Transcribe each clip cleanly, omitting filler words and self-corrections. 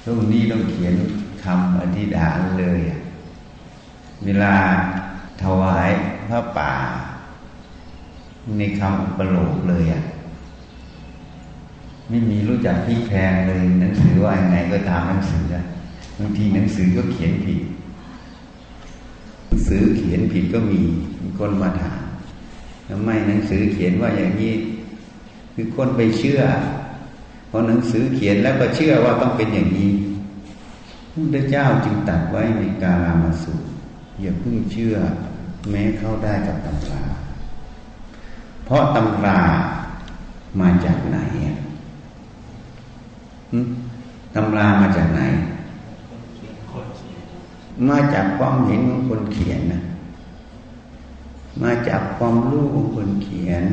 รุ่งนี้ต้องเขียนคำอธิษฐานเลยเวลาถวายพระป่าในคำอุปโลกเลยไม่มีรู้จักพลิกแพลงเลยหนังสือว่ายังไงก็ตามหนังสือบางทีหนังสือก็เขียนผิดหนังสือเขียนผิดก็มีคนมาถามทำไมหนังสือเขียนว่าอย่างนี้คือคนไปเชื่อพอหนังสือเขียนแล้วก็เชื่อว่าต้องเป็นอย่างนี้พระพุทธเจ้าจึงตรัสไว้ในกาลามสูตรอย่าเพิ่งเชื่อแม้เข้าได้กับตำราเพราะตำรามาจากไหนตำรามาจากไหนมาจากความเห็นของคนเขียนนะมาจากความรู้ของคนเขียน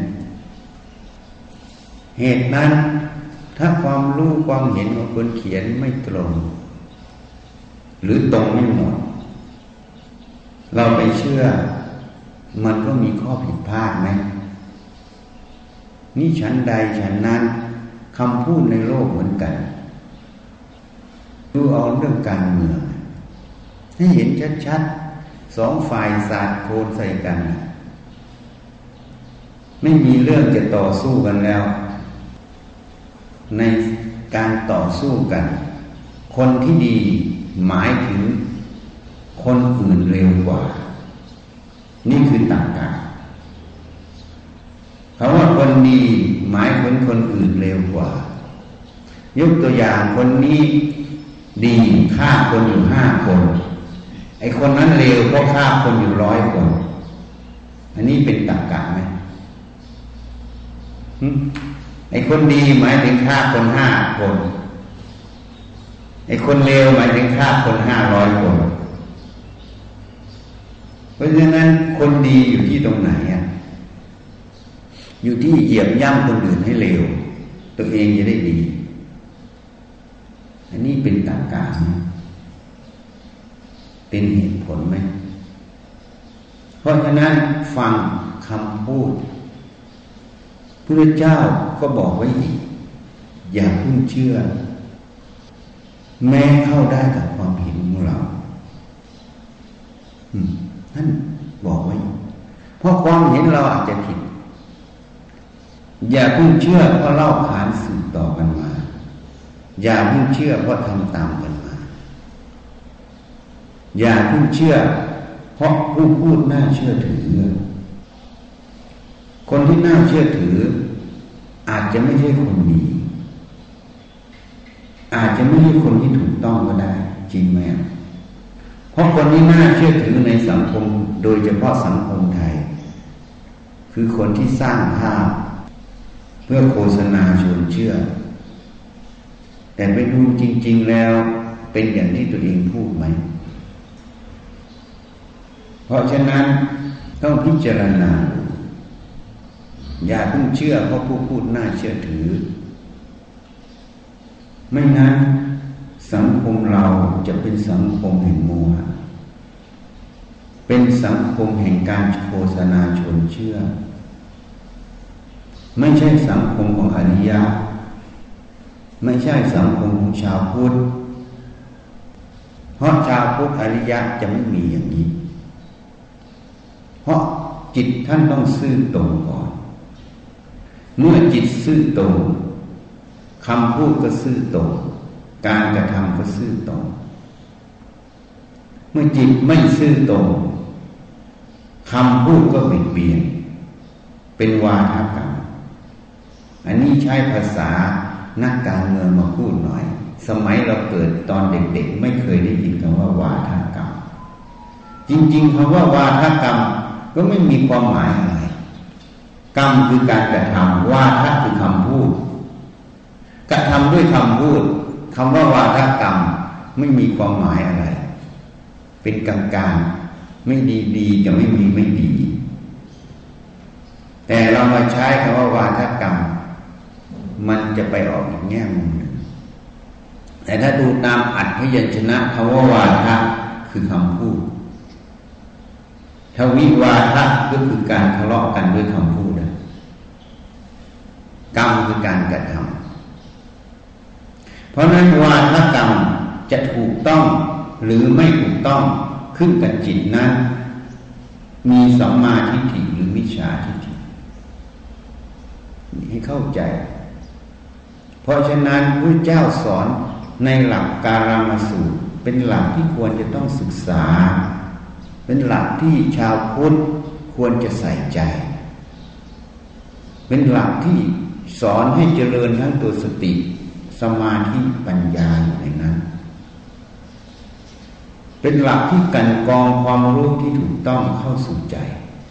เหตุนั้นถ้าความรู้ความเห็นของคนเขียนไม่ตรงหรือตรงไม่หมดเราไปเชื่อมันก็มีข้อผิดพลาดไหมนี่ฉันใดฉันนั้นคำพูดในโลกเหมือนกันดูเอาเรื่องการเมืองให้เห็นชัดๆสองฝ่ายสาดโคลนใส่กันไม่มีเรื่องจะต่อสู้กันแล้วในการต่อสู้กันคนที่ดีหมายถึงคนอื่นเร็วกว่านี่คือตรรกะคำว่าคนดีหมายถึงคนอื่นเร็วกว่ายกตัวอย่างคนนี้ดีฆ่าคนอยู่5 คนไอ้คนนั้นเร็วเพราะฆ่าคนอยู่100 คนอันนี้เป็นตรรกะไหมไอ้คนดีหมายถึงฆ่าคน5 คนไอ้คนเลวหมายถึงฆ่าคน500 คนเพราะฉะนั้นคนดีอยู่ที่ตรงไหนอยู่ที่เหยียบย่ำคนอื่นให้เลวตัวเองจะได้ดีอันนี้เป็นตรรกะเป็นเหตุผลไหมเพราะฉะนั้นฟังคำพูดพระเจ้าก็บอกไว้อีกอย่าเพิ่งเชื่อแม้เข้าได้กับความเห็นของเราท่านบอกไว้เพราะความเห็นเราอาจจะผิดอย่าเพิ่งเชื่อเพราะเล่าขานสืบต่อกันมาอย่าเพิ่งเชื่อเพราะทำตามกันมาอย่าเพิ่งเชื่อเพราะผู้พูดน่าเชื่อถือคนที่น่าเชื่อถืออาจจะไม่ใช่คนดีอาจจะไม่ใช่คนที่ถูกต้องก็ได้จริงไหมเพราะคนที่น่าเชื่อถือในสังคมโดยเฉพาะสังคมไทยคือคนที่สร้างภาพเพื่อโฆษณาชวนเชื่อแต่ไปดูจริงๆแล้วเป็นอย่างที่ตัวเองพูดไหมเพราะฉะนั้นต้องพิจารณาอย่าเพิ่งเชื่อเพราะผู้พูดน่าเชื่อถือไม่งั้นสังคมเราจะเป็นสังคมแห่งโมหะเป็นสังคมแห่งการโฆษณาชวนเชื่อไม่ใช่สังคมของอริยะไม่ใช่สังคมของชาวพุทธเพราะชาวพุทธอริยะจะไม่มีอย่างนี้เพราะจิตท่านต้องซื่อตรงก่อนเมื่อจิตซื่อตรงคำพูดก็ซื่อตรงการกระทำก็ซื่อตรงเมื่อจิตไม่ซื่อตรงคำพูดก็เบี่ยงเป็นวาทกรรมอันนี้ใช้ภาษานักการเมืองมาพูดหน่อยสมัยเราเกิดตอนเด็กๆไม่เคยได้ยินคำว่าวาทกรรมจริงๆคำว่าวาทกรรมก็ไม่มีความหมายอะไรกรรมคือการกระทำวาทะคือคำพูดกระทำด้วยคำพูดคำว่าวาทกรรมไม่มีความหมายอะไรเป็นกลางๆไม่ดีๆกับไม่ดีแต่เรามาใช้คำว่าวาทกรรมมันจะไปออกอีกแง่มุมหนึ่งแต่ถ้าดูตามอัตถยัญชนะคำว่าวาทะคือคำพูดทวิวาทะก็คือการทะเลาะกันด้วยคำพูดกรรมคือการกระทำเพราะนั้นวาทกรรมจะถูกต้องหรือไม่ถูกต้องขึ้นกับจิตนั้นมีสัมมาทิฏฐิหรือมิจฉาทิฏฐิให้เข้าใจเพราะฉะนั้นพระเจ้าสอนในหลักการามสูตรเป็นหลักที่ควรจะต้องศึกษาเป็นหลักที่ชาวพุทธควรจะใส่ใจเป็นหลักที่สอนให้เจริญทั้งตัวสติสมาธิปัญญาอยู่ในนั้นเป็นหลักที่กันกองความรู้ที่ถูกต้องเข้าสู่ใจ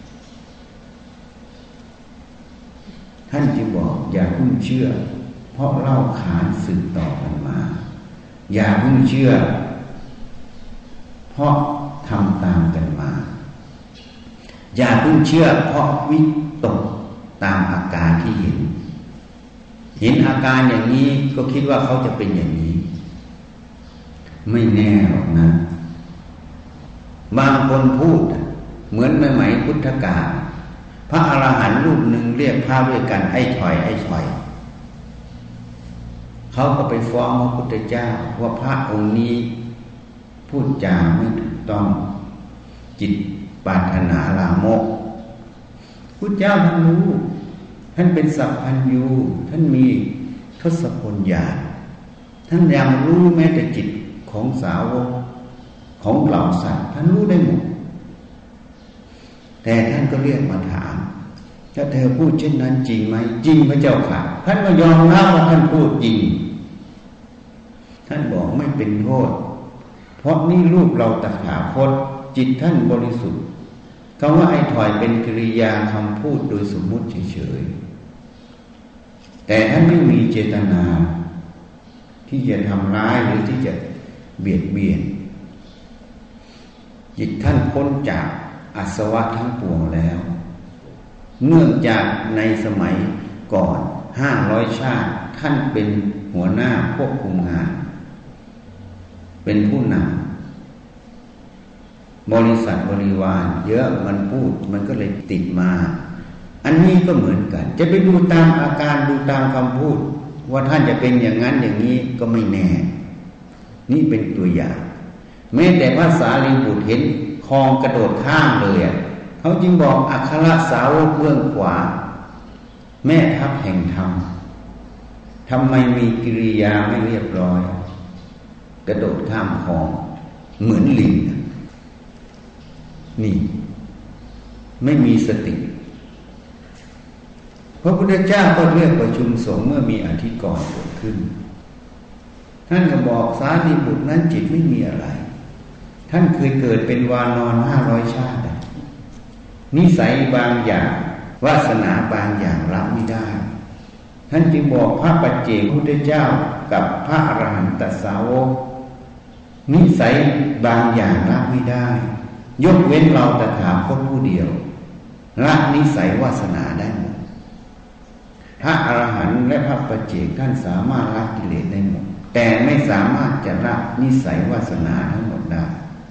ท่านจึงบอกอย่าเพิ่งเชื่อเพราะเล่าขานสืบต่อกันมาอย่าเพิ่งเชื่อเพราะทำตามกันมาอย่าเพิ่งเชื่อเพราะวิตกตามอาการที่เห็นอาการอย่างนี้ก็คิดว่าเขาจะเป็นอย่างนี้ไม่แน่หรอกนะบางคนพูดเหมือนสมัยพุทธกาลพระอรหันต์รูปหนึ่งเรียกพระด้วยกันไอ้ถอยเขาก็ไปฟ้องพระพุทธเจ้าว่าพระองค์นี้พูดจาไม่ถูกต้องจิตปรารถนาลามกพุทธเจ้าท่านรู้ท่านเป็นสัพพัญญูท่านมีทศพลญาณท่านยังรู้แม้แต่จิตของสาวกของเหล่าสัตว์ท่านรู้ได้หมดแต่ท่านก็เรียกมาถามถ้าเธอพูดเช่นนั้นจริงไหมจริงพระเจ้าค่ะท่านก็ยอมรับว่าท่านพูดจริงท่านบอกไม่เป็นโทษเพราะนี่รูปเราตถาคตจิตท่านบริสุทธิ์คำว่าไอ้ถอยเป็นกิริยาคำพูดโดยสมมุติเฉยๆแต่ท่านไม่มีเจตนาที่จะทำร้ายหรือที่จะเบียดเบียนจิตท่านพ้นจากอาสวะทั้งปวงแล้วเนื่องจากในสมัยก่อน500 ชาติท่านเป็นหัวหน้าควบคุมงานเป็นผู้นำบริษัทบริวารเยอะมันพูดมันก็เลยติดมาอันนี้ก็เหมือนกันจะไปดูตามอาการดูตามคำพูดว่าท่านจะเป็นอย่างนั้นอย่างนี้ก็ไม่แน่นี่เป็นตัวอย่างแม้แต่พระสารีบุตรเห็นคลองกระโดดข้ามเลยเขาจึงบอกอัครสาวกเบื้องขวาแม่ทัพแห่งธรรมทำไมมีกิริยาไม่เรียบร้อยกระโดดข้ามคลองเหมือนลิงนี่ไม่มีสติพระพุทธเจ้าก็เรียกประชุมสงฆ์เมื่อมีอธิกรณ์เกิดขึ้นท่านก็บอกสารีบุตรนั้นจิตไม่มีอะไรท่านเคยเกิดเป็นวานอน500 ชาตินิสัยบางอย่างวาสนาบางอย่างรับไม่ได้ท่านจึงบอกพระปัจเจกพุทธเจ้ากับพระอรหันตสาวกนิสัยบางอย่างรับไม่ได้ยกเว้นเราตถาคตผู้เดียวละนิสัยวาสนาได้หมดพระอรหันต์และพระปัจเจกท่านสามารถละกิเลสได้หมดแต่ไม่สามารถจะละนิสัยวาสนาทั้งหมดได้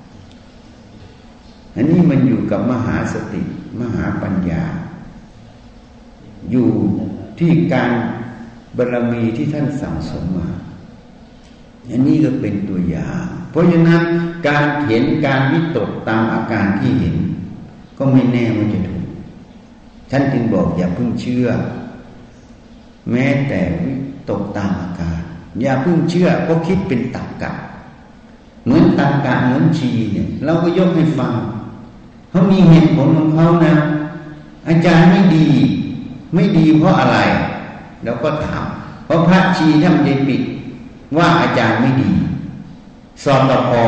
อันนี้มันอยู่กับมหาสติมหาปัญญาอยู่ที่การบารมีที่ท่านสั่งสมมาอันนี้ก็เป็นตัวอย่างเพราะฉะนั้นการเห็นการวิตกตามอาการที่เห็นก็ไม่แน่ว่าจะถูกท่านจึงบอกอย่าเพิ่งเชื่อแม้แต่วิตกตามอาการอย่าเพิ่งเชื่อเพราะคิดเป็นตรรกะเหมือนตรรกะเหมือนชีเนี่ยเราก็ยกให้ฟังเขามีเหตุผลของเขานะอาจารย์ไม่ดีเพราะอะไรเราก็ถามเพราะพระชีท่านได้ปิดว่าอาจารย์ไม่ดีสอบตพ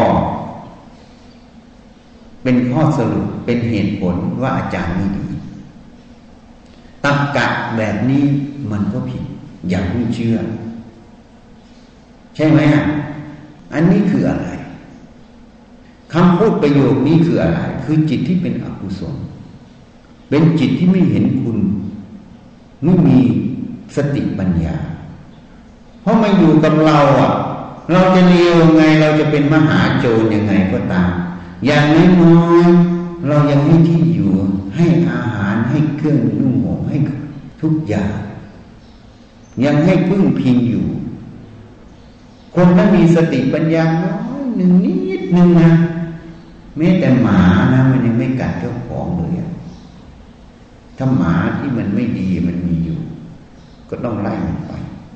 เป็นข้อสรุปเป็นเหตุผลว่าอาจารย์ไม่ดีตรรกะแบบนี้มันก็ผิดอย่าเพิ่งเชื่อใช่ไหมอันนี้คืออะไรคำพูดประโยคนี้คืออะไรคือจิตที่เป็นอกุศลเป็นจิตที่ไม่เห็นคุณไม่มีสติปัญญาเพราะมาอยู่กับเราเราจะเลวยังไงเราจะเป็นมหาโจรยังไงก็ตามอย่างน้อยๆเรายังให้ที่อยู่ให้อาหารให้เครื่องนุ่งห่มให้ทุกอย่างยังให้พึ่งพิงอยู่คนถ้ามีสติปัญญาน้อยหนึ่งนิดนึงนะแม้แต่หมานะมันยังไม่กัดเจ้าของเลยถ้าหมาที่มันไม่ดีมันมีอยู่ก็ต้องไล่มันไป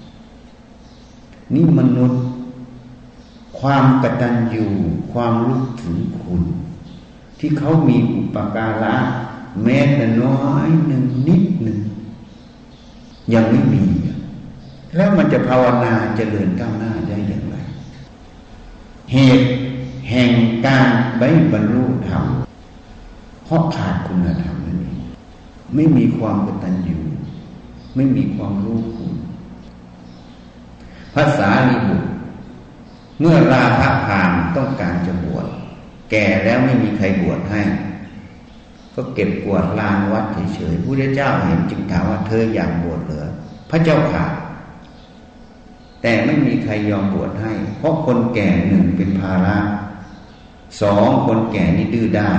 นี่มนุษย์ความกตัญญูความรู้ถึงคุณที่เขามีอุปการะแม้แต่น้อยหนึ่งนิดหนึ่งยังไม่มีแล้วมันจะภาวนาเจริญก้าวหน้าได้อย่างไรเหตุแห่งการไม่บรรลุธรรมเพราะขาดคุณธรรมนั่นเองไม่มีความกตัญญูไม่มีความรู้คุณภาษาลีบุตรเมื่อราธะพราหมณ์ต้องการจะบวชแก่แล้วไม่มีใครบวชให้ก็เก็บกวาดลานวัดเฉยๆพระพุทธเจ้าเห็นจึงถามว่าเธออยากบวชเหรอพระเจ้าค่ะแต่ไม่มีใครยอมบวชให้เพราะคนแก่หนึ่งเป็นภาระสองคนแก่นี่ดื้อด้าน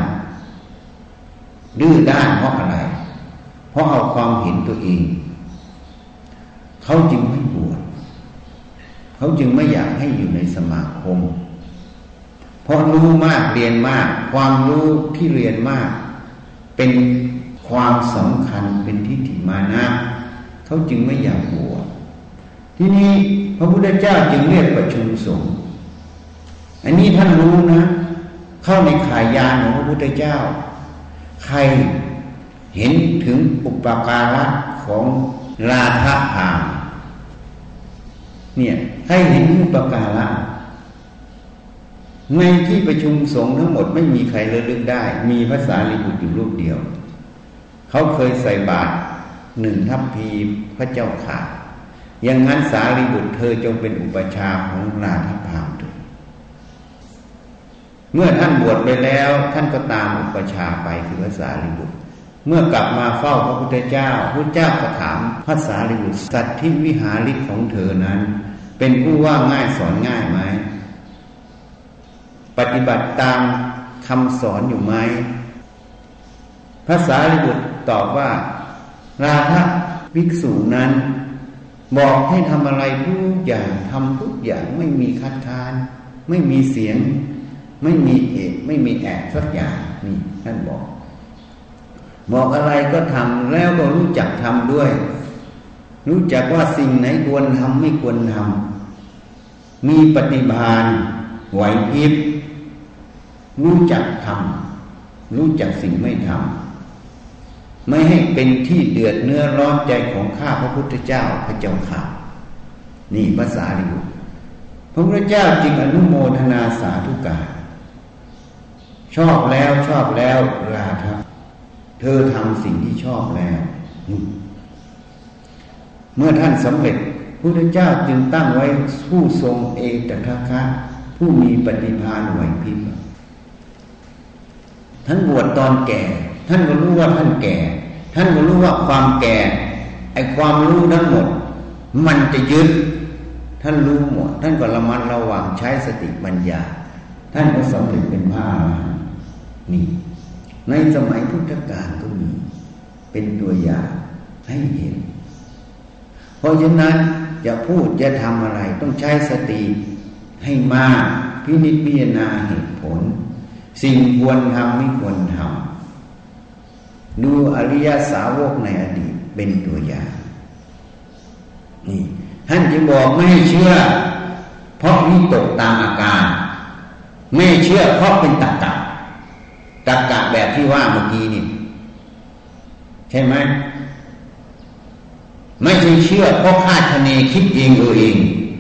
เพราะอะไรเพราะเอาความเห็นตัวเองเขาจึงไม่บวชเขาจึงไม่อยากให้อยู่ในสมาคมเพราะรู้มากเรียนมากความรู้ที่เรียนมากเป็นความสำคัญเป็นทิฏฐิมานะเขาจึงไม่อยากบวชที่นี้พระพุทธเจ้าจึงเรียกประชุมสงฆ์อันนี้ท่านรู้นะเข้าในข่ายยานของพระพุทธเจ้าใครเห็นถึงอุปการะของราธะพราหมณ์เนี่ยให้เห็นอุปการะในที่ประชุมสงฆ์ทั้งหมดไม่มีใครระลึกได้มีพระสารีบุตรอยู่รูปเดียวเขาเคยใส่บาตร1 ทัพพีพระเจ้าค่ะอย่างนั้นสารีบุตรเธอจงเป็นอุปชาของราธะพราหมณ์เถิดเมื่อท่านบวชไปแล้วท่านก็ตามอุปชาไปคือพระสารีบุตรเมื่อกลับมาเฝ้าพระพุทธเจ้าพระเจ้าก็ถามพระสารีบุตรสัตว์ที่วิหาริกของเธอนั้นเป็นผู้ว่าง่ายสอนง่ายไหมปฏิบัติตามคำสอนอยู่ไหมพระสารีบุตรตอบว่าราธะภิกษุนั้นบอกให้ทำอะไรทุกอย่างทำทุกอย่างไม่มีคัดค้านไม่มีเสียงไม่มีเอกไม่มีแอบสักอย่างนี่ท่านบอกอะไรก็ทำแล้วก็รู้จักทำด้วยรู้จักว่าสิ่งไหนควรทำไม่ควรทำมีปฏิภาณไหวพริบรู้จักทำรู้จักสิ่งไม่ทำไม่ให้เป็นที่เดือดเนื้อร้อนใจของข้าพระพุทธเจ้าพระเจ้าค่ะนี่ภาษาลิบุตรพระพุทธเจ้าจึงอนุโมทนาสาธุการชอบแล้วราธะเธอทำสิ่งที่ชอบแล้วเมื่อท่านสำเร็จพระพุทธเจ้าจึงตั้งไว้ผู้ทรงเอตทัคคะผู้มีปฏิภาณไหวพริบท่านบวชตอนแก่ท่านก็รู้ว่าท่านแก่ท่านก็รู้ว่าความแก่ไอ้ความรู้ทั้งหมดมันจะยึดท่านรู้หมดท่านก็ระมัดระวังใช้สติปัญญาท่านก็สำเร็จเป็นพระอรหันต์นี่ในสมัยพุทธกาลก็มีเป็นตัวอย่างให้เห็นเพราะฉะนั้นจะพูดจะทำอะไรต้องใช้สติให้มากพินิจพิจารณาเหตุผลสิ่งควรทำไม่ควรทำดูอริยสาวกในอดีตเป็นตัวอย่างนี่ท่านจึงบอกไม่ให้เชื่อเพราะวิตกตามอาการไม่เชื่อเพราะเป็นตรรกะแบบที่ว่าเมื่อกี้นี่ใช่ไหมไม่ใช่เชื่อเพราะคาดคะเนคิดเองเอง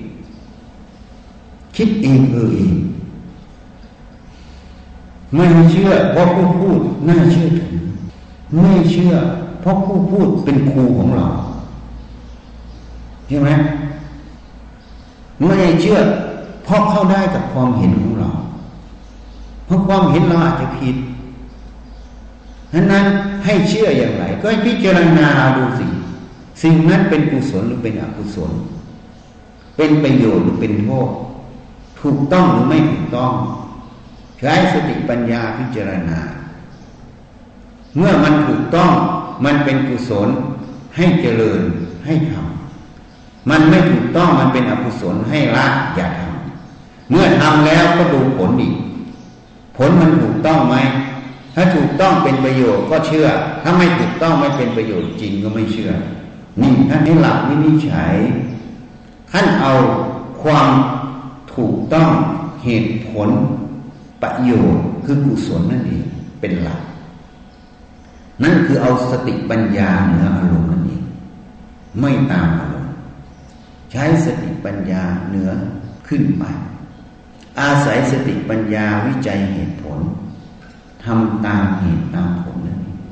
คิดเองเองไม่เชื่อเพราะผู้พูดน่าเชื่อถือไม่เชื่อเพราะผู้พูดเป็นครูของเราใช่ไหมไม่เชื่อเพราะเข้าได้กับความเห็นของเราเพราะความเห็นเราอาจจะผิดฉะนั้นให้เชื่ออย่างไรก็ให้พิจารณาดูสิสิ่งนั้นเป็นกุศลหรือเป็นอกุศลเป็นประโยชน์หรือเป็นโทษถูกต้องหรือไม่ถูกต้องใช้สติปัญญาพิจารณาเมื่อมันถูกต้องมันเป็นกุศลให้เจริญให้ทำมันไม่ถูกต้องมันเป็นอกุศลให้ละอย่าทำเมื่อทำแล้วก็ดูผลอีกผลมันถูกต้องไหมถ้าถูกต้องเป็นประโยชน์ก็เชื่อถ้าไม่ถูกต้องไม่เป็นประโยชน์จริงก็ไม่เชื่อนี่ท่านให้หลักวินิจฉัยท่านเอาความถูกต้องเหตุผลประโยชน์คือกุศลนั่นเองเป็นหลักนั่นคือเอาสติปัญญาเหนืออารมณ์นั่นเองไม่ตามอารมณ์ใช้สติปัญญาเหนือขึ้นไปอาศัยสติปัญญาวิจัยเหตุผลทำตามเหตุตามผลนั่นเอง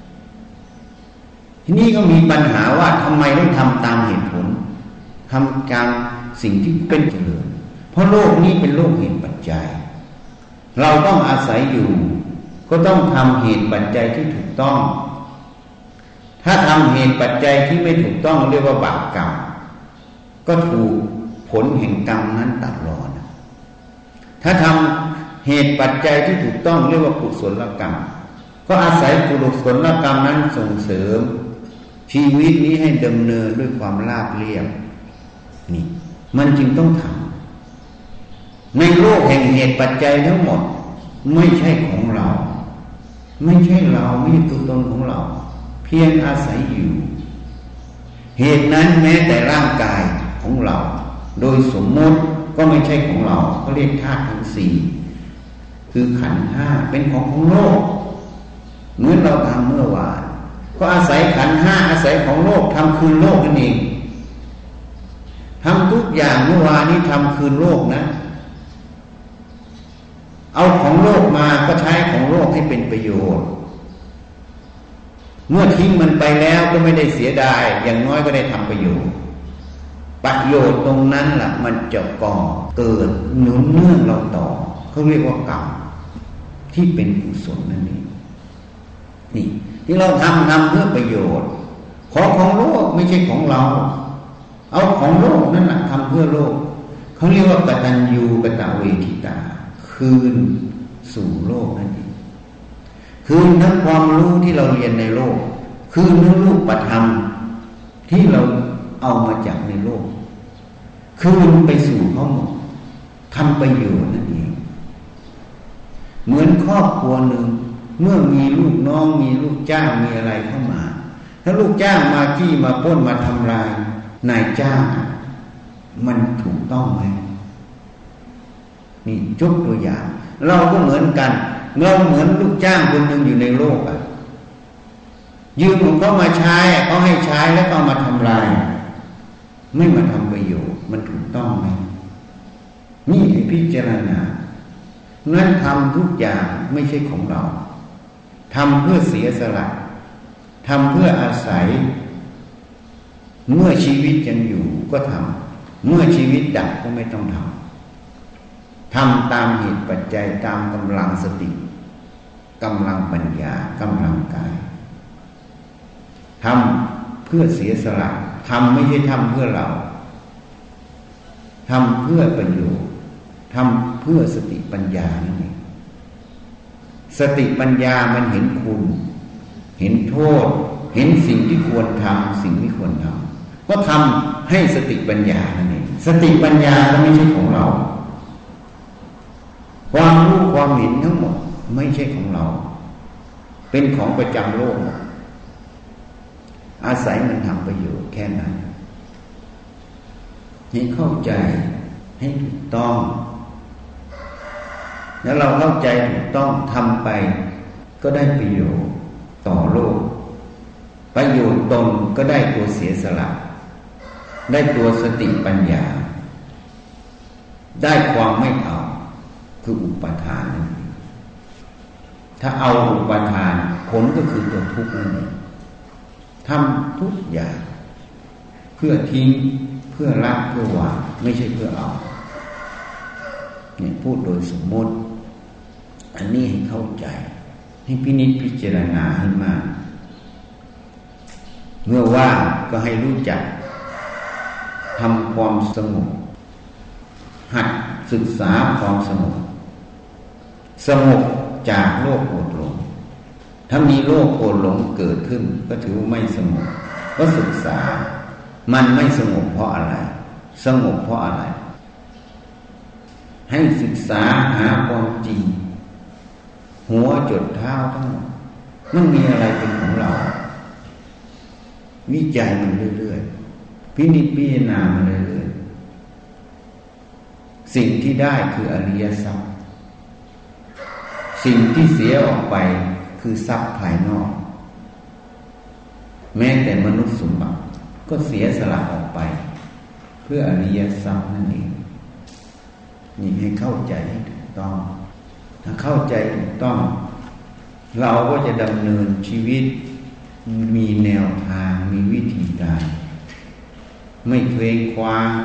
ทีนี้ก็มีปัญหาว่าทำไมต้องทำตามเหตุผลทำตามสิ่งที่เป็นเจริญเพราะโลกนี้เป็นโลกเหตุปัจจัยเราต้องอาศัยอยู่ก็ต้องทำเหตุปัจจัยที่ถูกต้องถ้าทำเหตุปัจจัยที่ไม่ถูกต้องเรียกว่าบาปกรรมก็ถูกผลแห่งกรรมนั้นตัดรอนถ้าทำเหตุปัจจัยที่ถูกต้องเรียกว่ากุศลกรรมก็อาศัยกุศลกรรมนั้นส่งเสริมชีวิตนี้ให้ดำเนินด้วยความราบเรียบนี่มันจึงต้องทำในโลกแห่งเหตุปัจจัยทั้งหมดไม่ใช่ของเราไม่ใช่เราไม่ใช่ตัวตนของเราเพียงอาศัยอยู่เหตุนั้นแม้แต่ร่างกายของเราโดยสมมติก็ไม่ใช่ของเราเขาเรียกธาตุทั้งสี่คือขันธ์ห้าเป็นของโลกเหมือนเราทำเมื่อวานก็อาศัยขันธ์ห้าอาศัยของโลกทำคืนโลกนั่นเองทำทุกอย่างเมื่อวานนี้ทำคืนโลกนะเอาของโลกมาก็ใช้ของโลกให้เป็นประโยชน์เมื่อทิ้งมันไปแล้วก็ไม่ได้เสียดายอย่างน้อยก็ได้ทำประโยชน์ประโยชน์ตรงนั้นล่ะมันจะก่อเกิดหนุนเนื่องเราต่อเขาเรียกว่ากรรมที่เป็นกุศลนั่นเองนี่ที่เราทำเพื่อประโยชน์ของโลกไม่ใช่ของเราเอาของโลกนั่นแหละทำเพื่อโลกเขาเรียกว่ากตัญญูกตเวทิตาคืนสู่โลกนั่นเองคืนทั้งความรู้ที่เราเรียนในโลกคืนทั้งรูปธรรมที่เราเอามาจากในโลกคืนไปสู่เขาหมดทำประโยชน์นั่นเองเหมือนครอบครัวหนึ่งเมื่อมีลูกน้องมีลูกจ้างมีอะไรเข้ามาถ้าลูกจ้างมาจี้มาปล้นมาทำลายนายจ้างมันถูกต้องไหมนี่ยกตัวอย่างเราก็เหมือนกันเราเหมือนลูกจ้างคนหนึ่งอยู่ในโลกยืมของเขามาใช้เขาให้ใช้แล้วก็มาทำลายไม่มาทำประโยชน์มันถูกต้องไหมนี่ให้พิจารณางั้นทำทุกอย่างไม่ใช่ของเราทำเพื่อเสียสละทำเพื่ออาศัยเมื่อชีวิตยังอยู่ก็ทำเมื่อชีวิตดับก็ไม่ต้องทำตามเหตุปัจจัยตามกำลังสติกำลังปัญญากำลังกายทำเพื่อเสียสละทำไม่ใช่ทำเพื่อเราทำเพื่อประโยชน์ทำเพื่อสติปัญญานั่นเองสติปัญญามันเห็นคุณเห็นโทษเห็นสิ่งที่ควรทำสิ่งที่ควรทำก็ทำให้สติปัญญานั่นเองสติปัญญาก็ไม่ใช่ของเราความรู้ความเห็นทั้งหมดไม่ใช่ของเราเป็นของประจำโลกอาศัยมันทำประโยชน์แค่นั้นให้เข้าใจให้ถูกต้องแล้วเราเข้าใจถูกต้องทำไปก็ได้ประโยชน์ต่อโลกประโยชน์ตนก็ได้ตัวเสียสละได้ตัวสติปัญญาได้ความไม่เอาคืออุปทานนั่นเองถ้าเอาอุปทานผลก็คือตัวทุกข์นั่นเองทำทุกอย่างเพื่อทิ้งเพื่อละเพื่อวางไม่ใช่เพื่อเอาเนี่ยพูดโดยสมมติอันนี้ให้เข้าใจให้พินิจพิจารณาให้มากเมื่อว่างก็ให้รู้จักทำความสงบหัดศึกษาความสงบจากโลภโกรธหลงถ้ามีโลภโกรธหลงเกิดขึ้นก็ถือว่าไม่สงบก็ศึกษามันไม่สงบเพราะอะไรสงบเพราะอะไรให้ศึกษาหาความจริงหัวจดเท้าทั้งหมดมันมีอะไรเป็นของเราวิจัยมันเรื่อยๆพินิจพิจารณามันเรื่อยๆสิ่งที่ได้คืออริยทรัพย์สิ่งที่เสียออกไปคือทรัพย์ภายนอกแม้แต่มนุษย์สมบัติก็เสียสละออกไปเพื่ออริยทรัพย์นั่นเองนี่ให้เข้าใจให้ถูกต้องถ้าเข้าใจถูกต้องเราก็จะดำเนินชีวิตมีแนวทางมีวิธีการไม่เคว้งคว้าง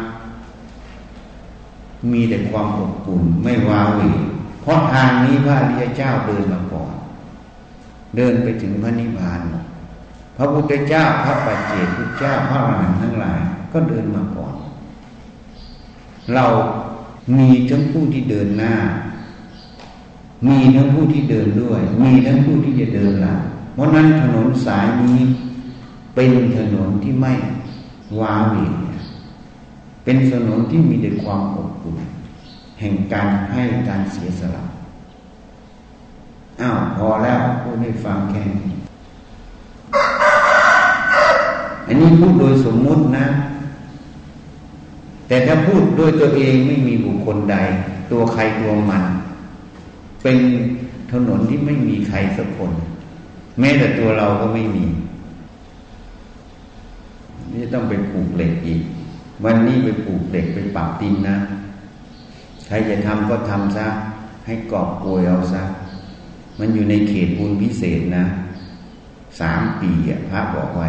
มีแต่ความอบอุ่นไม่ว้าเหวเพราะทางนี้พระอริยเจ้าเดินมาก่อนเดินไปถึงพระนิพพานพระพุทธเจ้าพระปัจเจกพุทธเจ้าพระอรหันต์ทั้งหลายก็เดินมาก่อนเรามีทั้งผู้ที่เดินหน้ามีทั้งผู้ที่เดินด้วยมีทั้งผู้ที่จะเดินหลังเพราะนั้นถนนสายนี้เป็นถนนที่ไม่ว้าเหวเป็นถนนที่มีแต่ความอบอุ่นแห่งการให้การเสียสละพอแล้วพูดให้ฟังแค่นี้อันนี้พูดโดยสมมุตินะแต่ถ้าพูดโดยตัวเองไม่มีบุคคลใดตัวใครตัวมันเป็นถนนที่ไม่มีใครสักคนแม้แต่ตัวเราก็ไม่มีนี่ต้องไปปลูกเหล็กอีกวันนี้ไปปลูกเหล็กไปปรับดินนะใครจะทำก็ทำซะให้กอบโกยเอาซะมันอยู่ในเขตบุญพิเศษนะ3 ปีพระบอกไว้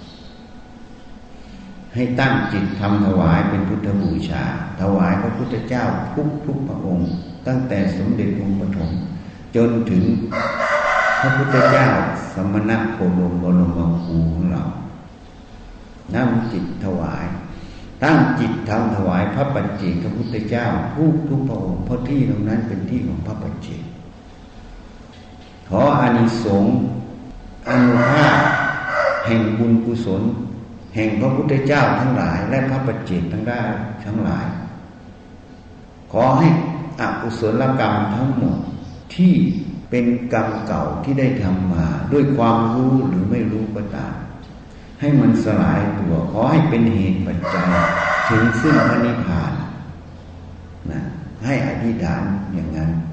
ให้ตั้งจิตทำถวายเป็นพุทธบูชาถวายพระพุทธเจ้าทุกพระองค์ตั้งแต่สมเด็จองค์ปฐมจนถึงพระพุทธเจ้าสมณะโคดมบรมครูของเรานำจิตถวายตั้งจิตทำถวายพระปัจเจกพระพุทธเจ้าทุกพระองค์เพราะที่ตรงนั้นเป็นที่ของพระปัจเจกขออานิสงส์อานุภาพแห่งบุญกุศลแห่งพระพุทธเจ้าทั้งหลายและพระปัจเจกทั้งหลายขอให้อกุศลกรรมทั้งหมดที่เป็นกรรมเก่าที่ได้ทำมาด้วยความรู้หรือไม่รู้ก็ตามให้มันสลายตัวขอให้เป็นเหตุปัจจัยถึงซึ่งพระนิพพานนะให้อธิษฐานอย่างนั้น